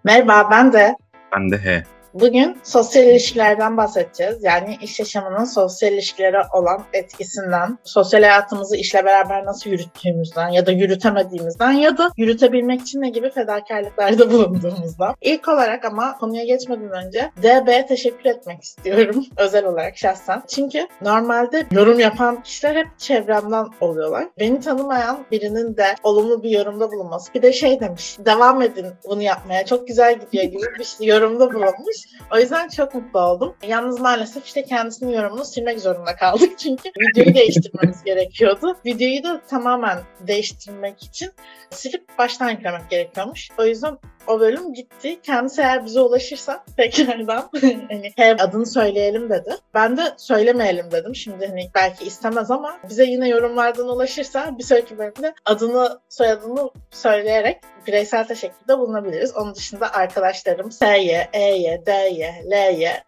Merhaba, ben de. Ben de he. Bugün sosyal ilişkilerden bahsedeceğiz. Yani iş yaşamının sosyal ilişkilere olan etkisinden, sosyal hayatımızı işle beraber nasıl yürüttüğümüzden ya da yürütemediğimizden ya da yürütebilmek için ne gibi fedakarlıklarda bulunduğumuzdan. İlk olarak ama konuya geçmeden önce DB'ye teşekkür etmek istiyorum. Özel olarak şahsen. Çünkü normalde yorum yapan kişiler hep çevremden oluyorlar. Beni tanımayan birinin de olumlu bir yorumda bulunması. Bir de şey demiş, devam edin bunu yapmaya, çok güzel gidiyor gibi bir yorumda bulunmuş. O yüzden çok mutlu oldum. Yalnız maalesef işte kendisinin yorumunu silmek zorunda kaldık. Çünkü videoyu değiştirmemiz gerekiyordu. Videoyu da tamamen değiştirmek için silip baştan yüklemek gerekiyormuş. O yüzden o bölüm gitti. Kendisi eğer bize ulaşırsa tekrardan hani adını söyleyelim dedi. Ben de söylemeyelim dedim. Şimdi hani belki istemez ama bize yine yorumlardan ulaşırsa bir sonraki bölümde adını, soyadını söyleyerek bireysel teşekkürde bulunabiliriz. Onun dışında arkadaşlarım S'ye, E'ye, D'ye, L'ye,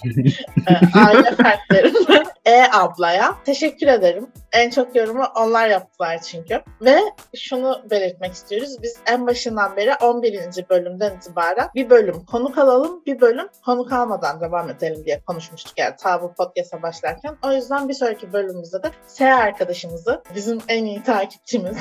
aile fertlerim, ablaya teşekkür ederim. En çok yorumu onlar yaptılar çünkü. Ve şunu belirtmek istiyoruz. Biz en başından beri 11. bölümden itibaren bir bölüm konuk alalım, bir bölüm konuk almadan devam edelim diye konuşmuştuk yani ta bu podcast'a başlarken. O yüzden bir sonraki bölümümüzde de S arkadaşımızı, bizim en iyi takipçimiz,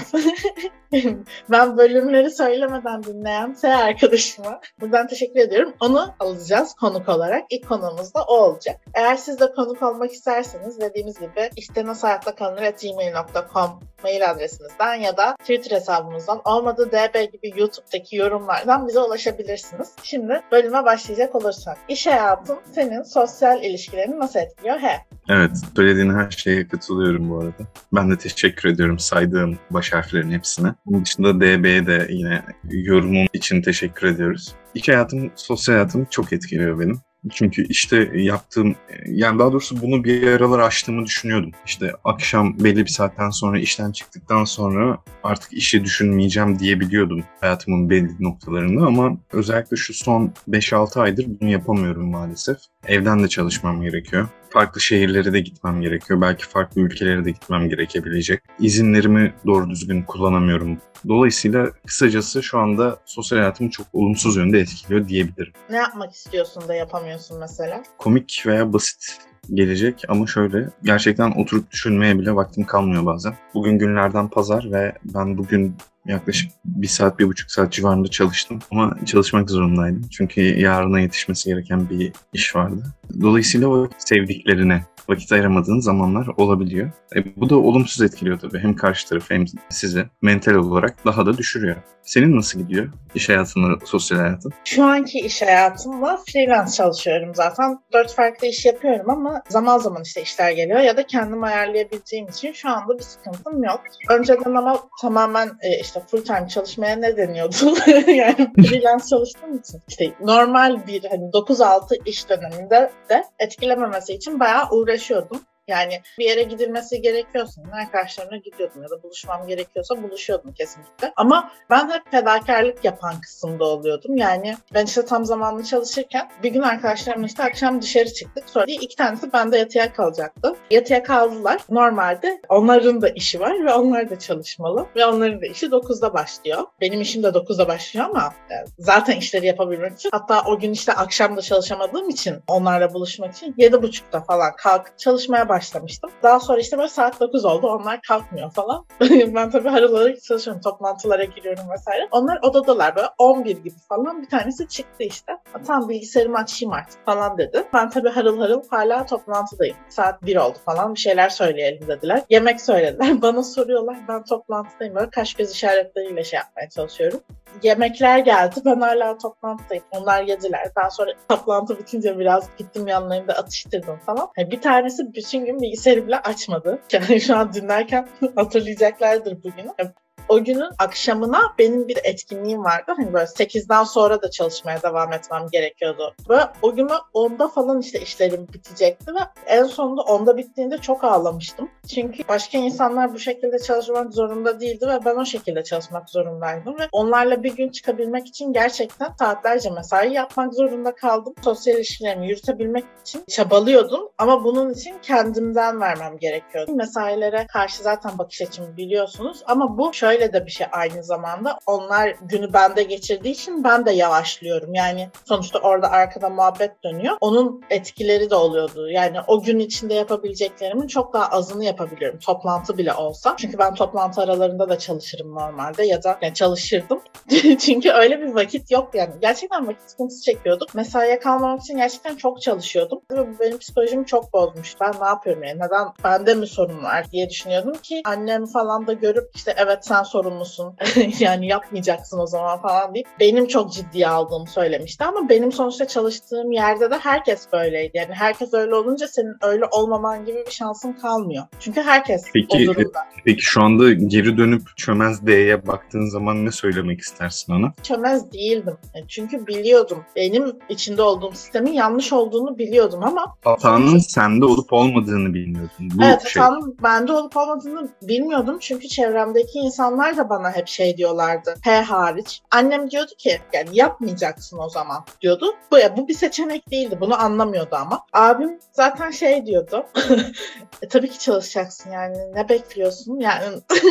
ben bölümleri söylemeden dinleyen S arkadaşıma buradan teşekkür ediyorum. Onu alacağız konuk olarak. İlk konuğumuz da o olacak. Eğer siz de konuk olmak isterseniz dediğimiz gibi istenasıhayattakalınır@gmail.com mail adresimizden ya da Twitter hesabımızdan olmadı DB gibi YouTube'daki yorumlardan bize ulaşabilirsiniz. Şimdi bölüme başlayacak olursak. İş hayatın senin sosyal ilişkilerini nasıl etkiliyor? Evet, söylediğin her şeye katılıyorum bu arada. Ben de teşekkür ediyorum saydığım baş harflerin hepsine. Bunun dışında DB'ye de yine yorumun için teşekkür ediyoruz. İş hayatım, sosyal hayatım çok etkiliyor benim. Çünkü işte yaptığım, yani daha doğrusu bunu bir aralar aştığımı düşünüyordum. İşte akşam belli bir saatten sonra işten çıktıktan sonra artık işi düşünmeyeceğim diyebiliyordum hayatımın belli noktalarında ama özellikle şu son 5-6 aydır bunu yapamıyorum maalesef. Evden de çalışmam gerekiyor. Farklı şehirlere de gitmem gerekiyor. Belki farklı ülkelere de gitmem gerekebilecek. İzinlerimi doğru düzgün kullanamıyorum. Dolayısıyla kısacası şu anda sosyal hayatımı çok olumsuz yönde etkiliyor diyebilirim. Ne yapmak istiyorsun da yapamıyorsun mesela? Komik veya basit gelecek ama şöyle, gerçekten oturup düşünmeye bile vaktim kalmıyor bazen. Bugün günlerden pazar ve ben bugün yaklaşık 1 saat, 1,5 saat civarında çalıştım. Ama çalışmak zorundaydım. Çünkü yarına yetişmesi gereken bir iş vardı. Dolayısıyla o sevdiklerine vakit ayıramadığın zamanlar olabiliyor. Bu da olumsuz etkiliyor tabii. Hem karşı tarafı hem sizi mental olarak daha da düşürüyor. Senin nasıl gidiyor iş hayatın, sosyal hayatın? Şu anki iş hayatımda freelance çalışıyorum zaten. 4 farklı iş yapıyorum ama zaman zaman işte işler geliyor ya da kendim ayarlayabileceğim için şu anda bir sıkıntım yok. Önceden ama tamamen işte full time çalışmaya ne deniyordu? Yani freelance çalıştığım için işte normal bir hani 9-6 iş döneminde de etkilememesi için bayağı uğraşıyordum. Yani bir yere gidilmesi gerekiyorsa arkadaşlarımla gidiyordum ya da buluşmam gerekiyorsa buluşuyordum kesinlikle. Ama ben hep fedakarlık yapan kısımda oluyordum. Yani ben işte tam zamanlı çalışırken bir gün arkadaşlarımla işte akşam dışarı çıktık. Sonra 2 tanesi bende yatıya kalacaktı. Yatıya kaldılar. Normalde onların da işi var ve onlar da çalışmalı. Ve onların da işi 9'da başlıyor. Benim işim de 9'da başlıyor ama zaten işleri yapabilmek için. Hatta o gün işte akşam da çalışamadığım için onlarla buluşmak için 7.30'da falan kalkıp çalışmaya başlamıştım. Daha sonra işte böyle saat 9 oldu. Onlar kalkmıyor falan. Ben tabii harıl harıl çalışıyorum. Toplantılara giriyorum vesaire. Onlar odadalar böyle 11 gibi falan. Bir tanesi çıktı işte. Tamam bilgisayarımı açayım artık falan dedi. Ben tabii harıl harıl hala toplantıdayım. Saat 1 oldu falan. Bir şeyler söyleyelim dediler. Yemek söylediler. Bana soruyorlar. Ben toplantıdayım. Böyle kaş göz işaretleriyle şey yapmaya çalışıyorum. Yemekler geldi. Ben hala toplantıdayım. Onlar yediler. Daha sonra toplantı bitince biraz gittim yanlarında atıştırdım falan. Bir tanesi bütün gün bilgisayarı bile açmadı. Yani şu an dinlerken hatırlayacaklardır bugünü. O günün akşamına benim bir etkinliğim vardı. Hani böyle 8'den sonra da çalışmaya devam etmem gerekiyordu. Böyle o günü 10'da falan işte işlerim bitecekti ve en sonunda 10'da bittiğinde çok ağlamıştım. Çünkü başka insanlar bu şekilde çalışmak zorunda değildi ve ben o şekilde çalışmak zorundaydım ve onlarla bir gün çıkabilmek için gerçekten saatlerce mesai yapmak zorunda kaldım. Sosyal ilişkilerimi yürütebilmek için çabalıyordum ama bunun için kendimden vermem gerekiyordu. Mesailere karşı zaten bakış açımı biliyorsunuz ama bu şöyle şöyle de bir şey aynı zamanda. Onlar günü bende geçirdiği için ben de yavaşlıyorum. Yani sonuçta orada arkada muhabbet dönüyor. Onun etkileri de oluyordu. Yani o gün içinde yapabileceklerimin çok daha azını yapabiliyorum. Toplantı bile olsa. Çünkü ben toplantı aralarında da çalışırım normalde ya da yani çalışırdım. Çünkü öyle bir vakit yok yani. Gerçekten vakit sıkıntısı çekiyorduk. Mesaiye kalmamak için gerçekten çok çalışıyordum. Ve bu benim psikolojimi çok bozmuş. Ben ne yapıyorum yani? Neden bende mi sorun var diye düşünüyordum ki annem falan da görüp işte evet sen sorumlusun. Yani yapmayacaksın o zaman falan deyip benim çok ciddiye aldığımı söylemişti ama benim sonuçta çalıştığım yerde de herkes böyleydi. Yani herkes öyle olunca senin öyle olmaman gibi bir şansın kalmıyor. Çünkü herkes o durumda. Peki şu anda geri dönüp Çömez D'ye baktığın zaman ne söylemek istersin ona? Çömez değildim. Çünkü biliyordum. Benim içinde olduğum sistemin yanlış olduğunu biliyordum ama hatanın sende olup olmadığını bilmiyordun. Evet, hatanın bende olup olmadığını bilmiyordum. Çünkü çevremdeki insanlar da bana hep şey diyorlardı. P hariç. Annem diyordu ki yani yapmayacaksın o zaman diyordu. Bu bir seçenek değildi. Bunu anlamıyordu ama. Abim zaten şey diyordu. Tabii ki çalışacaksın yani. Ne bekliyorsun? Yani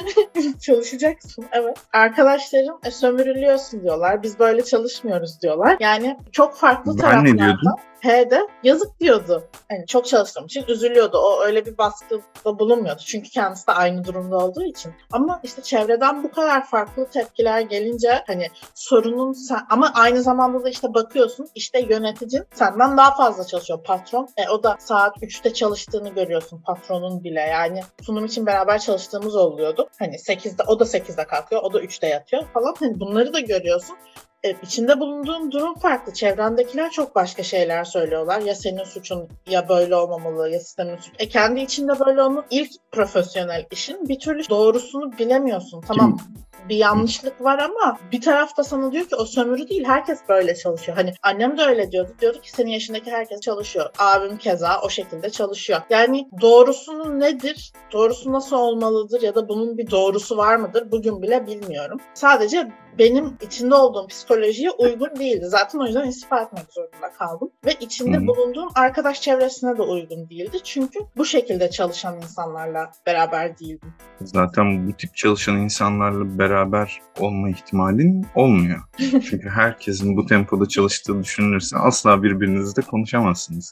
çalışacaksın. Evet. Arkadaşlarım sömürülüyorsun diyorlar. Biz böyle çalışmıyoruz diyorlar. Yani çok farklı taraflarda. Ben ne diyordum? H'de yazık diyordu. Yani çok çalıştığım için üzülüyordu. O öyle bir baskıda bulunmuyordu. Çünkü kendisi de aynı durumda olduğu için. Ama işte çevreden bu kadar farklı tepkiler gelince hani sorunun sen ama aynı zamanda da işte bakıyorsun işte yöneticin senden daha fazla çalışıyor patron. O da saat 3'te çalıştığını görüyorsun patronun bile. Yani sunum için beraber çalıştığımız oluyordu. Hani 8'de o da 8'de kalkıyor, o da 3'te yatıyor falan. Hani bunları da görüyorsun. İçinde bulunduğun durum farklı. Çevrendekiler çok başka şeyler söylüyorlar. Ya senin suçun ya böyle olmamalı ya sistemin suçu. Kendi içinde böyle onun ilk profesyonel işin bir türlü doğrusunu bilemiyorsun. Tamam bir yanlışlık var ama bir tarafta sana diyor ki o sömürü değil herkes böyle çalışıyor. Hani annem de öyle diyordu. Diyordu ki senin yaşındaki herkes çalışıyor. Abim keza o şekilde çalışıyor. Yani doğrusunun nedir? Doğrusu nasıl olmalıdır ya da bunun bir doğrusu var mıdır? Bugün bile bilmiyorum. Sadece benim içinde olduğum psikolojiye uygun değildi. Zaten o yüzden istifa etmek zorunda kaldım. Ve içinde bulunduğum arkadaş çevresine de uygun değildi. Çünkü bu şekilde çalışan insanlarla beraber değildim. Zaten bu tip çalışan insanlarla beraber olma ihtimalin olmuyor. Çünkü herkesin bu tempoda çalıştığı düşünülürse asla birbirinizle konuşamazsınız.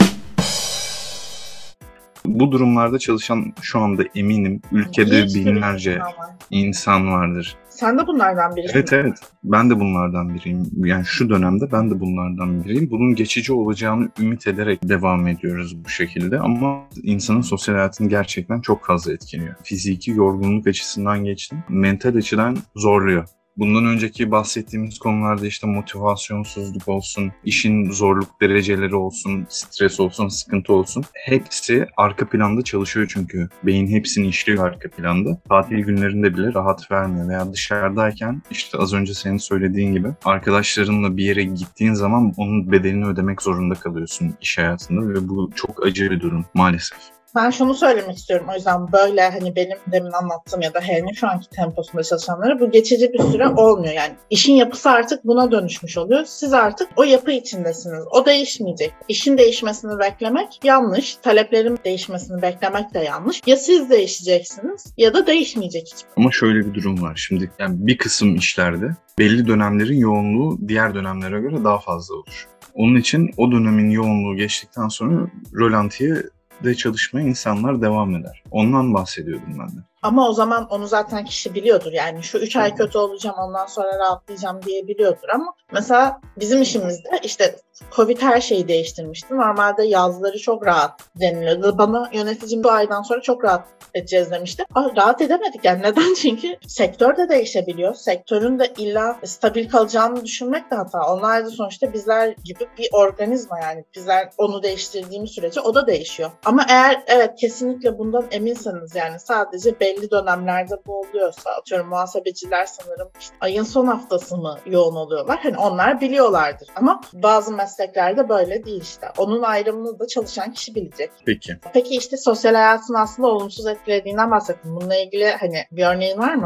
Bu durumlarda çalışan şu anda eminim ülkede binlerce insan vardır. Sen de bunlardan birisin. Evet. Ben de bunlardan biriyim. Yani şu dönemde ben de bunlardan biriyim. Bunun geçici olacağını ümit ederek devam ediyoruz bu şekilde. Ama insanın sosyal hayatını gerçekten çok fazla etkiliyor. Fiziki yorgunluk açısından geçtim. Mental açıdan zorluyor. Bundan önceki bahsettiğimiz konularda işte motivasyonsuzluk olsun, işin zorluk dereceleri olsun, stres olsun, sıkıntı olsun. Hepsi arka planda çalışıyor çünkü. Beyin hepsini işliyor arka planda. Tatil günlerinde bile rahat vermiyor. Veya dışarıdayken işte az önce senin söylediğin gibi arkadaşlarınla bir yere gittiğin zaman onun bedelini ödemek zorunda kalıyorsun iş hayatında ve bu çok acı bir durum maalesef. Ben şunu söylemek istiyorum. O yüzden böyle hani benim demin anlattığım ya da Helmin şu anki temposunda çalışanlara bu geçici bir süre olmuyor. Yani işin yapısı artık buna dönüşmüş oluyor. Siz artık o yapı içindesiniz. O değişmeyecek. İşin değişmesini beklemek yanlış. Taleplerin değişmesini beklemek de yanlış. Ya siz değişeceksiniz ya da değişmeyecek hiç. Ama şöyle bir durum var. Şimdi yani bir kısım işlerde belli dönemlerin yoğunluğu diğer dönemlere göre daha fazla olur. Onun için o dönemin yoğunluğu geçtikten sonra rölantiye de çalışmaya insanlar devam eder. Ondan bahsediyordum ben de. Ama o zaman onu zaten kişi biliyordur. Yani şu 3 ay kötü olacağım ondan sonra rahatlayacağım diye biliyordur ama mesela bizim işimizde işte Covid her şeyi değiştirmişti. Normalde yazları çok rahat deniliyordu. Bana yöneticim bu aydan sonra çok rahat edeceğiz demişti. Rahat edemedik yani neden? Çünkü sektör de değişebiliyor. Sektörün de illa stabil kalacağını düşünmek de hata. Onlar da sonuçta bizler gibi bir organizma yani. Bizler onu değiştirdiğimiz sürece o da değişiyor. Ama eğer evet kesinlikle bundan eminseniz yani sadece belli dönemlerde bu oluyorsa atıyorum muhasebeciler sanırım işte ayın son haftası mı yoğun oluyorlar. Hani onlar biliyorlardır ama bazı mesleklerde böyle değil işte. Onun ayrımını da çalışan kişi bilecek. Peki işte sosyal hayatın aslında olumsuz etkilediğinden bahsettim. Bununla ilgili hani bir örneğin var mı?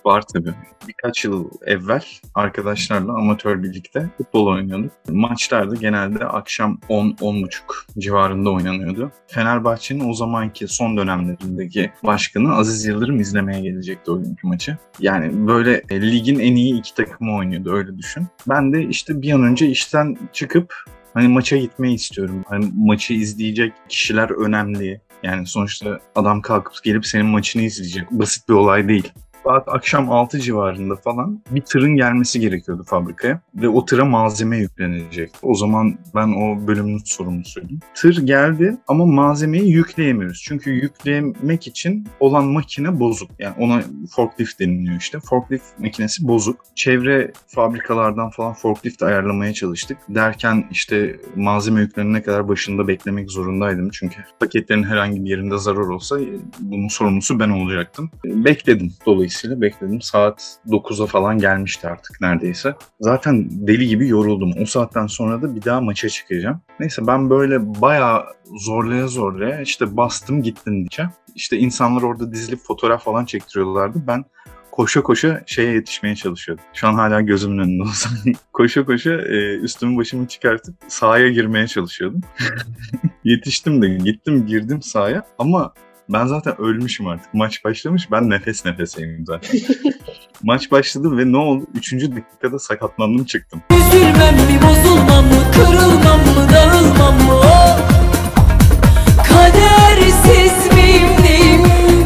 Var tabii. Birkaç yıl evvel arkadaşlarla amatör birlikte futbol oynuyorduk. Maçlar da genelde akşam 10-10.30 civarında oynanıyordu. Fenerbahçe'nin o zamanki son dönemlerindeki başkanı Aziz Yıldırım izlemeye gelecekti o günkü maçı. Yani böyle ligin en iyi iki takımı oynuyordu, öyle düşün. Ben de işte bir an önce işten çıkıp hani maça gitmeyi istiyorum. Hani maçı izleyecek kişiler önemli. Yani sonuçta adam kalkıp gelip senin maçını izleyecek. Basit bir olay değil. Saat akşam 6 civarında falan bir tırın gelmesi gerekiyordu fabrikaya. Ve o tıra malzeme yüklenecekti. O zaman ben o bölümün sorumlusuydum. Tır geldi ama malzemeyi yükleyemiyoruz. Çünkü yüklemek için olan makine bozuk. Yani ona forklift deniliyor işte. Forklift makinesi bozuk. Çevre fabrikalardan falan forklift ayarlamaya çalıştık. Derken işte malzeme yüklenene kadar başında beklemek zorundaydım. Çünkü paketlerin herhangi bir yerinde zarar olsa bunun sorumlusu ben olacaktım. Bekledim dolayısıyla. Bekledim. Saat 9'a falan gelmişti artık neredeyse. Zaten deli gibi yoruldum. O saatten sonra da bir daha maça çıkacağım. Neyse ben böyle bayağı zorlaya işte bastım gittim diyeceğim. İşte insanlar orada dizilip fotoğraf falan çektiriyorlardı. Ben koşa şeye yetişmeye çalışıyordum. Şu an hala gözümün önünde olsa. koşa üstümü başımı çıkartıp sahaya girmeye çalışıyordum. Yetiştim de gittim girdim sahaya ama ben zaten ölmüşüm artık. Maç başlamış. Ben nefes nefeseyim zaten. Maç başladı ve ne oldu? 3. dakikada sakatlandım çıktım. Üzülmem mi, bozulmam mı, kırılmam mı, dağılmam mı? Oh! Kadersiz miyim, neyim?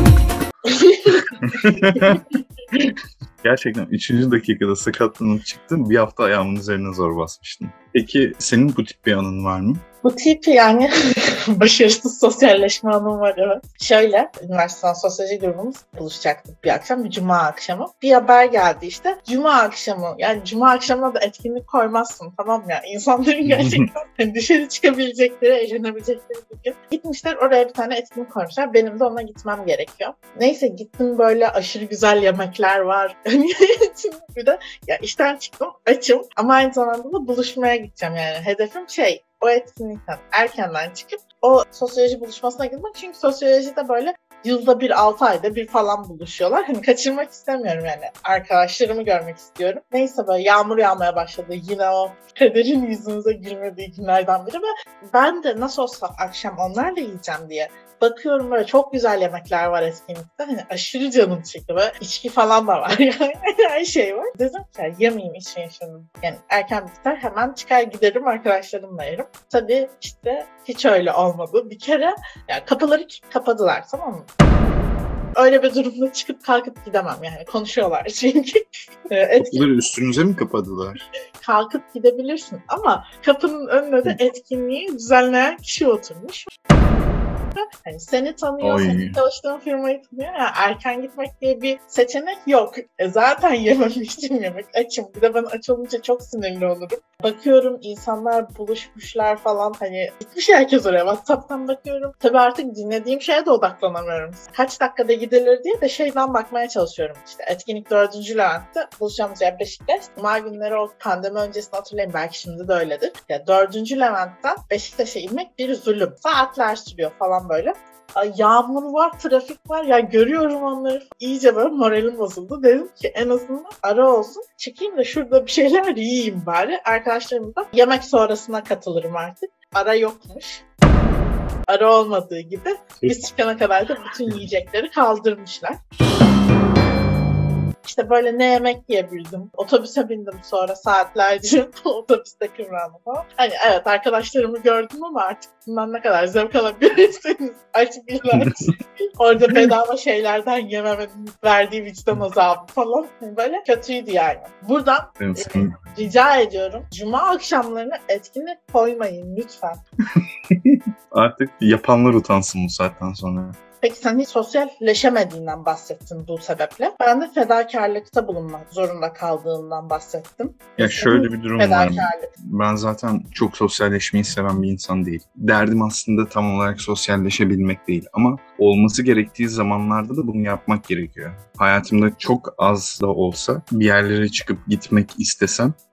Gerçekten 3. dakikada sakatlanıp çıktım. Bir hafta ayağımın üzerine zor basmıştım. Peki senin bu tip bir anın var mı? Bu tip yani başarısız sosyalleşme anım var, evet. Şöyle, üniversiteden sosyoloji grubumuz buluşacaktık bir akşam, bir cuma akşamı. Bir haber geldi işte. Cuma akşamı, yani cuma akşamına da etkinlik koymazsın, tamam ya. İnsanların gerçekten dışarı çıkabilecekleri, eğlenebilecekleri bir gün. Gitmişler oraya bir tane etkinlik koymuşlar. Benim de ona gitmem gerekiyor. Neyse gittim, böyle aşırı güzel yemekler var. Bir de ya işten çıktım, açım ama aynı zamanda da buluşmaya gideceğim yani. Hedefim o etkinlikten erkenden çıkıp o sosyoloji buluşmasına gitmek. Çünkü sosyolojide böyle yılda bir, 6 ayda bir falan buluşuyorlar. Hani kaçırmak istemiyorum yani. Arkadaşlarımı görmek istiyorum. Neyse böyle yağmur yağmaya başladı. Yine o kaderin yüzümüze gülmediği günlerden biri ve ben de nasıl olsa akşam onlarla yiyeceğim diye bakıyorum, böyle çok güzel yemekler var etkinlikte. Hani aşırı canım çekti. Böyle içki falan da var yani. Her şey var. Dedim ki yemeyeyim, içmeyeyim şimdi. Yani erken biter, hemen çıkar giderim, arkadaşlarımla yerim. Tabii işte hiç öyle olmadı. Bir kere yani kapıları kapadılar, tamam mı? Öyle bir durumda çıkıp kalkıp gidemem yani. Konuşuyorlar çünkü. Kapıları üstünüze mi kapadılar? Kalkıp gidebilirsin ama kapının önüne de etkinliği düzenleyen kişi oturmuş. Hani seni tanıyor, senin çalıştığın firmayı tanıyor. Yani erken gitmek diye bir seçenek yok. Zaten yememiştim yemek. Açım. Bir de ben aç olunca çok sinirli olurum. Bakıyorum insanlar buluşmuşlar falan. Hani gitmiş herkes oraya. WhatsApp'tan bakıyorum. Tabii artık dinlediğim şeye de odaklanamıyorum. Kaç dakikada gidilir diye de şeyden bakmaya çalışıyorum. İşte etkinlik 4. Levent'te buluşacağımız yer Beşiktaş. Cuma günleri o pandemi öncesini hatırlayayım. Belki şimdi de öyledir. Ya 4. Levent'ten Beşiktaş'a inmek bir zulüm. Saatler sürüyor falan böyle. Yağmur var, trafik var. Ya görüyorum onları. İyice böyle moralim bozuldu. Dedim ki en azından ara olsun. Çıkayım da şurada bir şeyler yiyeyim bari. Arkadaşlarım da yemek sonrasına katılırım artık. Ara yokmuş. Ara olmadığı gibi biz çıkana kadar da bütün yiyecekleri kaldırmışlar. İşte böyle ne yemek yiyebildim. Otobüse bindim sonra saatlerce otobüste kıvrandım falan. Hani evet, arkadaşlarımı gördüm ama artık bundan ne kadar zevk alabilirsiniz. Artık orada bedava şeylerden yememenin verdiği vicdan azabı falan. Böyle kötüydü yani. Buradan rica ediyorum. Cuma akşamlarına etkinlik koymayın lütfen. Artık yapanlar utansın bu saatten sonra. Peki sen hiç sosyalleşemediğinden bahsettin bu sebeple. Ben de fedakarlıkta bulunmak zorunda kaldığından bahsettim. Ya şöyle bir durum var. Ben zaten çok sosyalleşmeyi seven bir insan değil. Derdim aslında tam olarak sosyalleşebilmek değil. Ama olması gerektiği zamanlarda da bunu yapmak gerekiyor. Hayatımda çok az da olsa bir yerlere çıkıp gitmek istesem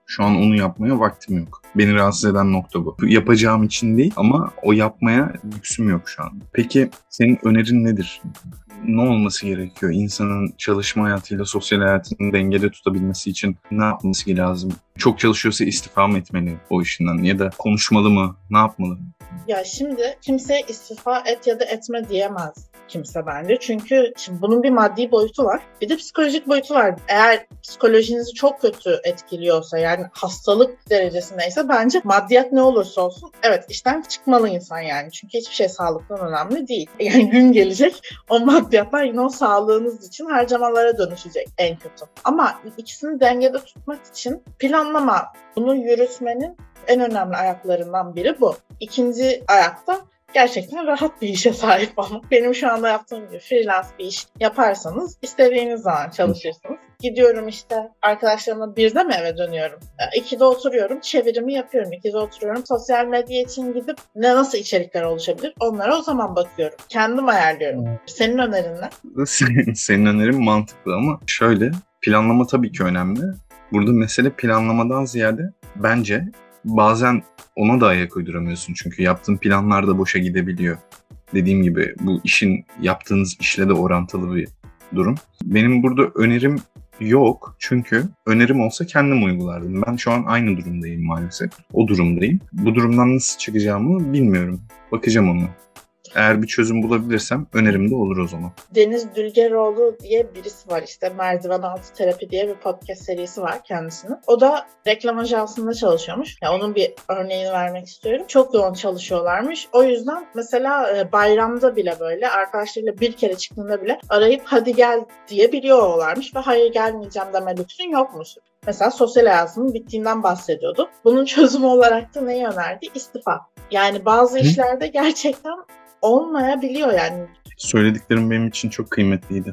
Şu an onu yapmaya vaktim yok. Beni rahatsız eden nokta bu. Yapacağım için değil ama o yapmaya lüksüm yok şu an. Peki senin önerin nedir? Ne olması gerekiyor? İnsanın çalışma hayatıyla sosyal hayatını dengede tutabilmesi için ne yapması lazım? Çok çalışıyorsa istifa mı etmeli o işinden? Ya da konuşmalı mı? Ne yapmalı? Ya şimdi kimseye istifa et ya da etme diyemez kimse bence. Çünkü şimdi bunun bir maddi boyutu var. Bir de psikolojik boyutu var. Eğer psikolojinizi çok kötü etkiliyorsa, yani hastalık derecesindeyse, bence maddiyat ne olursa olsun evet işten çıkmalı insan yani. Çünkü hiçbir şey sağlıktan önemli değil. Yani gün gelecek o maddiyatlar yine o sağlığınız için harcamalara dönüşecek en kötü. Ama ikisini dengede tutmak için planlama, bunu yürütmenin en önemli ayaklarından biri bu. İkinci ayakta gerçekten rahat bir işe sahip olmak. Benim şu anda yaptığım gibi freelance bir iş yaparsanız istediğiniz zaman çalışırsınız. Gidiyorum işte arkadaşlarımla 1'de mi eve dönüyorum? 2'de oturuyorum, çevirimi yapıyorum. 2'de oturuyorum. Sosyal medya için gidip nasıl içerikler oluşabilir? Onlara o zaman bakıyorum. Kendim ayarlıyorum. Senin önerin ne? Senin önerin mantıklı ama şöyle, planlama tabii ki önemli. Burada mesele planlamadan ziyade bence bazen ona da ayak uyduramıyorsun. Çünkü yaptığın planlar da boşa gidebiliyor. Dediğim gibi bu işin yaptığınız işle de orantılı bir durum. Benim burada önerim yok. Çünkü önerim olsa kendim uygulardım. Ben şu an aynı durumdayım maalesef. O durumdayım. Bu durumdan nasıl çıkacağımı bilmiyorum. Bakacağım ona. Eğer bir çözüm bulabilirsem önerim de olur o zaman. Deniz Dülgeroğlu diye birisi var, işte Merdiven Altı Terapi diye bir podcast serisi var kendisinin. O da reklam ajansında çalışıyormuş. Yani onun bir örneğini vermek istiyorum. Çok yoğun çalışıyorlarmış. O yüzden mesela bayramda bile böyle arkadaşlarıyla bir kere çıktığında bile arayıp hadi gel diyebiliyorlarmış ve hayır gelmeyeceğim deme lüksün yokmuş. Mesela sosyal hayatının bittiğinden bahsediyordu. Bunun çözümü olarak da neyi önerdi? İstifa. Yani bazı işlerde gerçekten olmayabiliyor yani. Söylediklerim benim için çok kıymetliydi.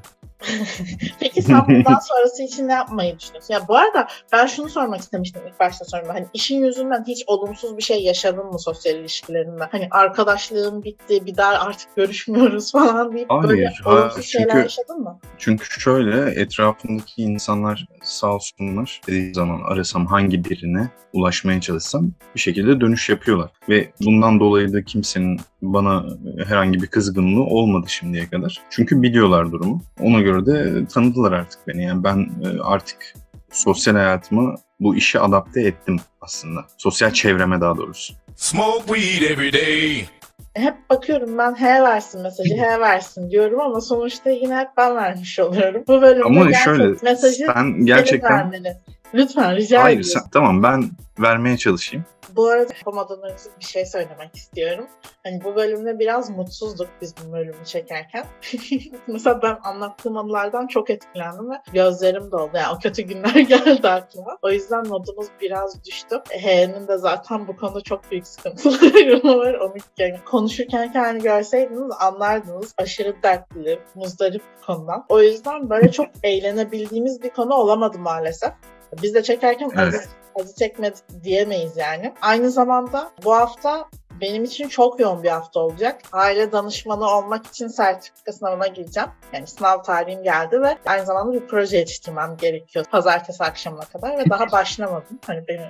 Peki sen bundan sonrası için ne yapmayı düşünüyorsun? Ya bu arada ben şunu sormak istemiştim ilk başta sorumda. Hani işin yüzünden hiç olumsuz bir şey yaşadın mı sosyal ilişkilerinde? Hani arkadaşlığın bitti, bir daha artık görüşmüyoruz falan deyip böyle olumsuz şeyler yaşadın mı? Çünkü şöyle, etrafımdaki insanlar sağ olsunlar, dediğim zaman arasam hangi birine ulaşmaya çalışsam bir şekilde dönüş yapıyorlar. Ve bundan dolayı da kimsenin bana herhangi bir kızgınlığı olmadı şimdiye kadar. Çünkü biliyorlar durumu. Ona göre de tanıdılar artık beni. Yani ben artık sosyal hayatıma bu işi adapte ettim aslında. Sosyal çevreme daha doğrusu. Smoke weed every day. Hep bakıyorum ben he versin mesajı, he versin diyorum ama sonuçta yine hep ben vermiş oluyorum. Bu bölümde ama şöyle, mesajı sen gerçekten lütfen rica hayır, ediyorum. Tamam, ben vermeye çalışayım. Bu arada yapamadan önce bir şey söylemek istiyorum. Hani bu bölümde biraz mutsuzduk biz bu bölümü çekerken. Mesela ben anlattığım anılardan çok etkilendim ve gözlerim doldu. Yani o kötü günler geldi aklıma. O yüzden modumuz biraz düştü. H'nin de zaten bu konuda çok büyük sıkıntıları var. Onu yani konuşurken hani görseydiniz anlardınız. Aşırı dertli, muzdarip bir konudan. O yüzden böyle çok eğlenebildiğimiz bir konu olamadı maalesef. Biz de çekerken acı çekmedi diyemeyiz yani. Aynı zamanda bu hafta benim için çok yoğun bir hafta olacak. Aile danışmanı olmak için sertifika sınavına gireceğim. Yani sınav tarihim geldi ve aynı zamanda bir proje yetiştirmem gerekiyor pazartesi akşamına kadar ve daha başlamadım. Hani benim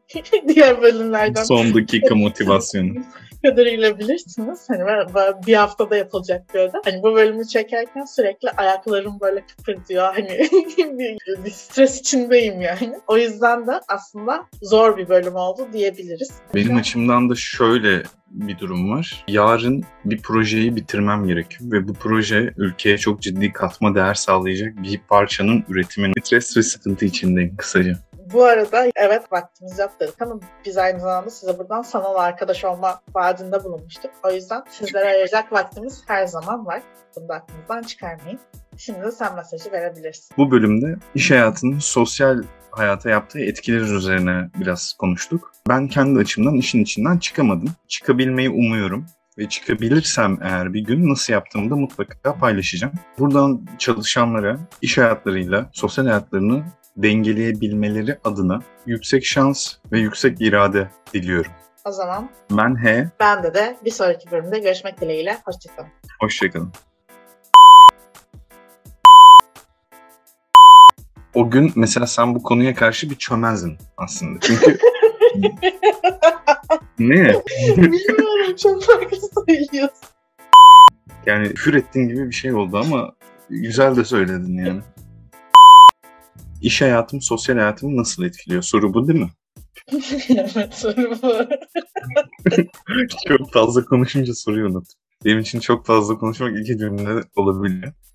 diğer bölümlerden Son dakika motivasyonu kadarıyla bilirsiniz. Hani bir haftada yapılacak bir ödev. Hani bu bölümü çekerken sürekli ayaklarım böyle kıpırdıyor. Hani bir stres içindeyim yani. O yüzden de aslında zor bir bölüm oldu diyebiliriz. Benim açımdan da şöyle bir durum var. Yarın bir projeyi bitirmem gerekiyor ve bu proje ülkeye çok ciddi katma değer sağlayacak bir parçanın üretimine stres ve sıkıntı içindeyim kısaca. Bu arada evet vaktimiz yok dedik ama biz aynı zamanda size buradan sanal arkadaş olma vaadinde bulunmuştuk. O yüzden sizlere ayıracak vaktimiz her zaman var. Bunu da aklınızdan çıkarmayın. Şimdi de sen mesajı verebilirsin. Bu bölümde iş hayatının sosyal hayata yaptığı etkiler üzerine biraz konuştuk. Ben kendi açımdan işin içinden çıkamadım. Çıkabilmeyi umuyorum. Ve çıkabilirsem eğer bir gün nasıl yaptığımı da mutlaka paylaşacağım. Buradan çalışanlara iş hayatlarıyla sosyal hayatlarını dengeleyebilmeleri adına yüksek şans ve yüksek irade diliyorum. O zaman ben H. Ben de bir sonraki bölümde görüşmek dileğiyle. Hoşçakalın. Hoşçakalın. o gün mesela sen bu konuya karşı bir çömezdin aslında. Çünkü ne? Bilmiyorum, çok farklı söylüyorsun. Yani küfür ettiğin gibi bir şey oldu ama güzel de söyledin yani. İş hayatım, sosyal hayatımı nasıl etkiliyor? Soru bu değil mi? Evet, soru bu. Çok fazla konuşunca soruyu unuttum. Benim için çok fazla konuşmak iki cümle olabiliyor.